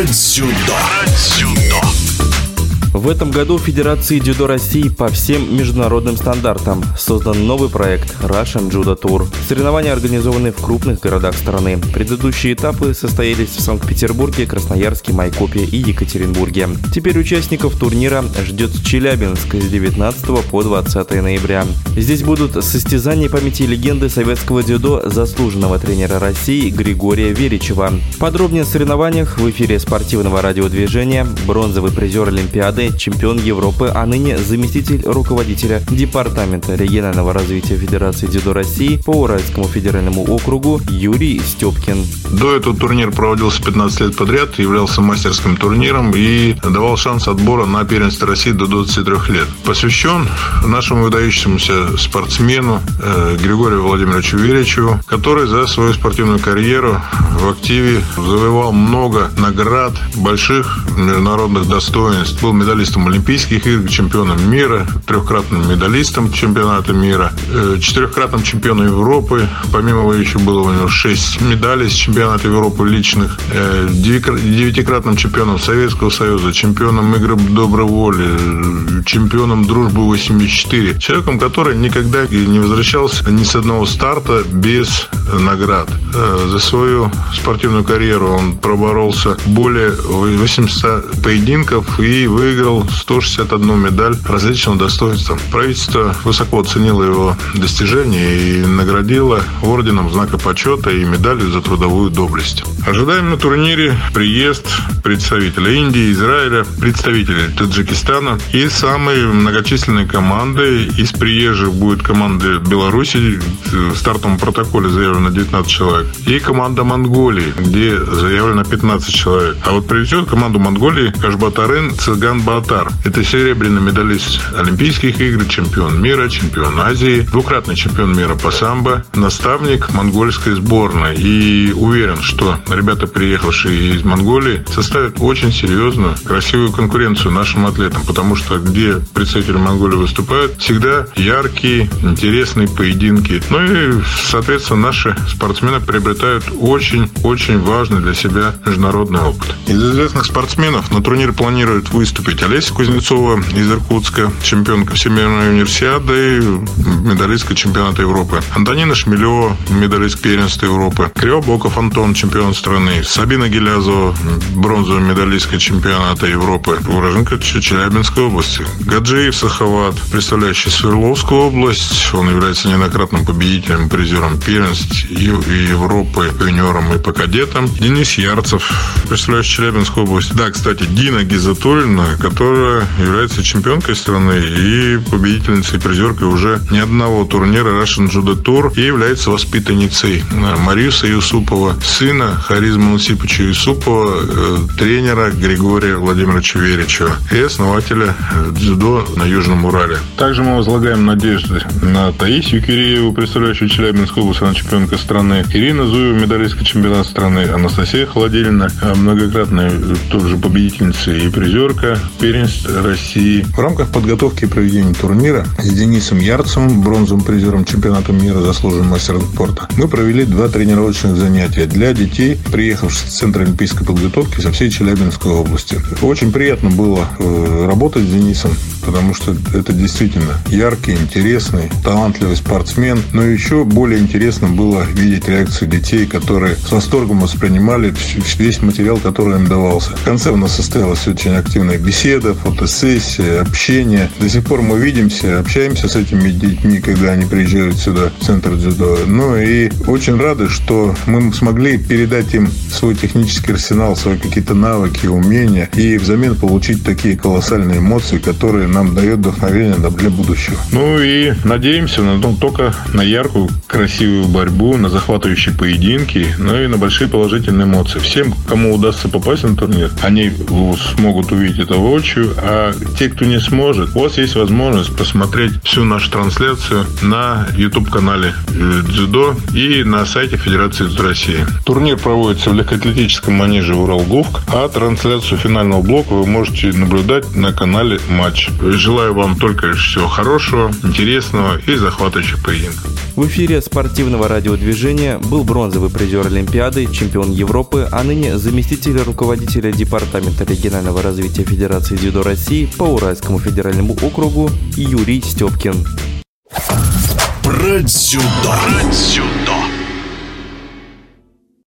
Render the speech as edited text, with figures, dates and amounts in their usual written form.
Про дзюдо. В этом году в Федерации дзюдо России по всем международным стандартам создан новый проект Russian Judo Tour. Соревнования организованы в крупных городах страны. Предыдущие этапы состоялись в Санкт-Петербурге, Красноярске, Майкопе и Екатеринбурге. Теперь участников турнира ждет Челябинск с 19 по 20 ноября. Здесь будут состязания памяти легенды советского дзюдо, заслуженного тренера России Григория Веричева. Подробнее о соревнованиях в эфире спортивного радиодвижения бронзовый призер Олимпиады, чемпион Европы, а ныне заместитель руководителя Департамента регионального развития Федерации дзюдо России по Уральскому федеральному округу Юрий Степкин. До этого турнир проводился 15 лет подряд, являлся мастерским турниром и давал шанс отбора на первенство России до 23 лет. Посвящен нашему выдающемуся спортсмену Григорию Владимировичу Веричеву, который за свою спортивную карьеру в активе завоевал много наград, больших международных достоинств. Был медалистом Олимпийских игр, чемпионом мира, трехкратным медалистом чемпионата мира, четырехкратным чемпионом Европы. Помимо этого еще было у него 6 медалей с чемпионата Европы личных, девятикратным чемпионом Советского Союза, чемпионом игр доброй воли, чемпионом дружбы 84. Человеком, который никогда не возвращался ни с одного старта без наград. За свою спортивную карьеру он проборолся более 800 поединков и выиграл 161 медаль различного достоинства. Правительство высоко оценило его достижения и наградило орденом знака почета и медалью за трудовую доблесть. Ожидаем на турнире приезд представителей Индии, Израиля, представителей Таджикистана и самые многочисленные команды. Из приезжих будет команда Беларуси, в стартовом протоколе заявлено 19 человек, и команда Монголии, где заявлено 15 человек. А вот привезет команду Монголии Кашбатарын Циган Батар. Это серебряный медалист Олимпийских игр, чемпион мира, чемпион Азии, двукратный чемпион мира по самбо, наставник монгольской сборной. И уверен, что ребята, приехавшие из Монголии, составят очень серьезную, красивую конкуренцию нашим атлетам, потому что где представители Монголии выступают, всегда яркие, интересные поединки. Ну и, соответственно, наши спортсмены приобретают очень важный для себя международный опыт. Из известных спортсменов на турнире планируют выступить Олеся Кузнецова из Иркутска, чемпионка Всемирной универсиады, медалистка чемпионата Европы. Антонина Шмелева, медалистка первенства Европы. Кривобоков Антон, чемпион страны. Сабина Гелязова, бронзовая медалистка чемпионата Европы, уроженка Челябинской области. Гаджиев Сахават, представляющий Свердловскую область. Он является неоднократным победителем, призером первенств и Европы, юниором и по кадетам. Денис Ярцев, представляющий Челябинскую область. Да, кстати, Дина Гизатуллина, которая является чемпионкой страны и победительницей, призеркой уже ни одного турнира Russian Judo Tour, и является воспитанницей Мариуса Юсупова, сына Харизма Насипыча Юсупова, тренера Григория Владимировича Веричева и основателя дзюдо на Южном Урале. Также мы возлагаем надежды на Таисию Кирееву, представляющую Челябинскую область, она чемпионка страны, Ирина Зуева, медалистка чемпионата страны, Анастасия Холодильна, многократная тоже победительница и призерка первенств России. В рамках подготовки и проведения турнира с Денисом Ярцевым, бронзовым призером чемпионата мира, заслуженным мастером спорта, мы провели 2 тренировочных занятия для детей, приехавших с Центра олимпийской подготовки со всей Челябинской области. Очень приятно было работать с Денисом, потому что это действительно яркий, интересный, талантливый спортсмен. Но еще более интересно было видеть реакцию детей, которые с восторгом воспринимали весь материал, который им давался. В конце у нас состоялась очень активная беседа, фотосессия, общение. До сих пор мы видимся, общаемся с этими детьми, когда они приезжают сюда, в Центр дзюдо. Ну и очень рады, что мы смогли передать им свой технический арсенал, свои какие-то навыки, умения, и взамен получить такие колоссальные эмоции, которые нам дают вдохновение для будущего. Ну и надеемся только на яркую, красивую борьбу, на захватывающие поединки, ну и на большие положительные эмоции. Всем, кому удастся попасть на турнир, они смогут увидеть это воочию, а те, кто не сможет, у вас есть возможность посмотреть всю нашу трансляцию на YouTube-канале «Дзюдо» и на сайте Федерации дзюдо России. Турнир проводится в легкоатлетическом манеже «Уралговк», а трансляцию финального блока вы можете наблюдать на канале «Матч». Желаю вам только всего хорошего, интересного и захватывающих поединков. В эфире спортивного радиодвижения был бронзовый призер Олимпиады, чемпион Европы, а ныне заместитель руководителя Департамента регионального развития Федерации дзюдо России по Уральскому федеральному округу Юрий Степкин. Про дзюдо.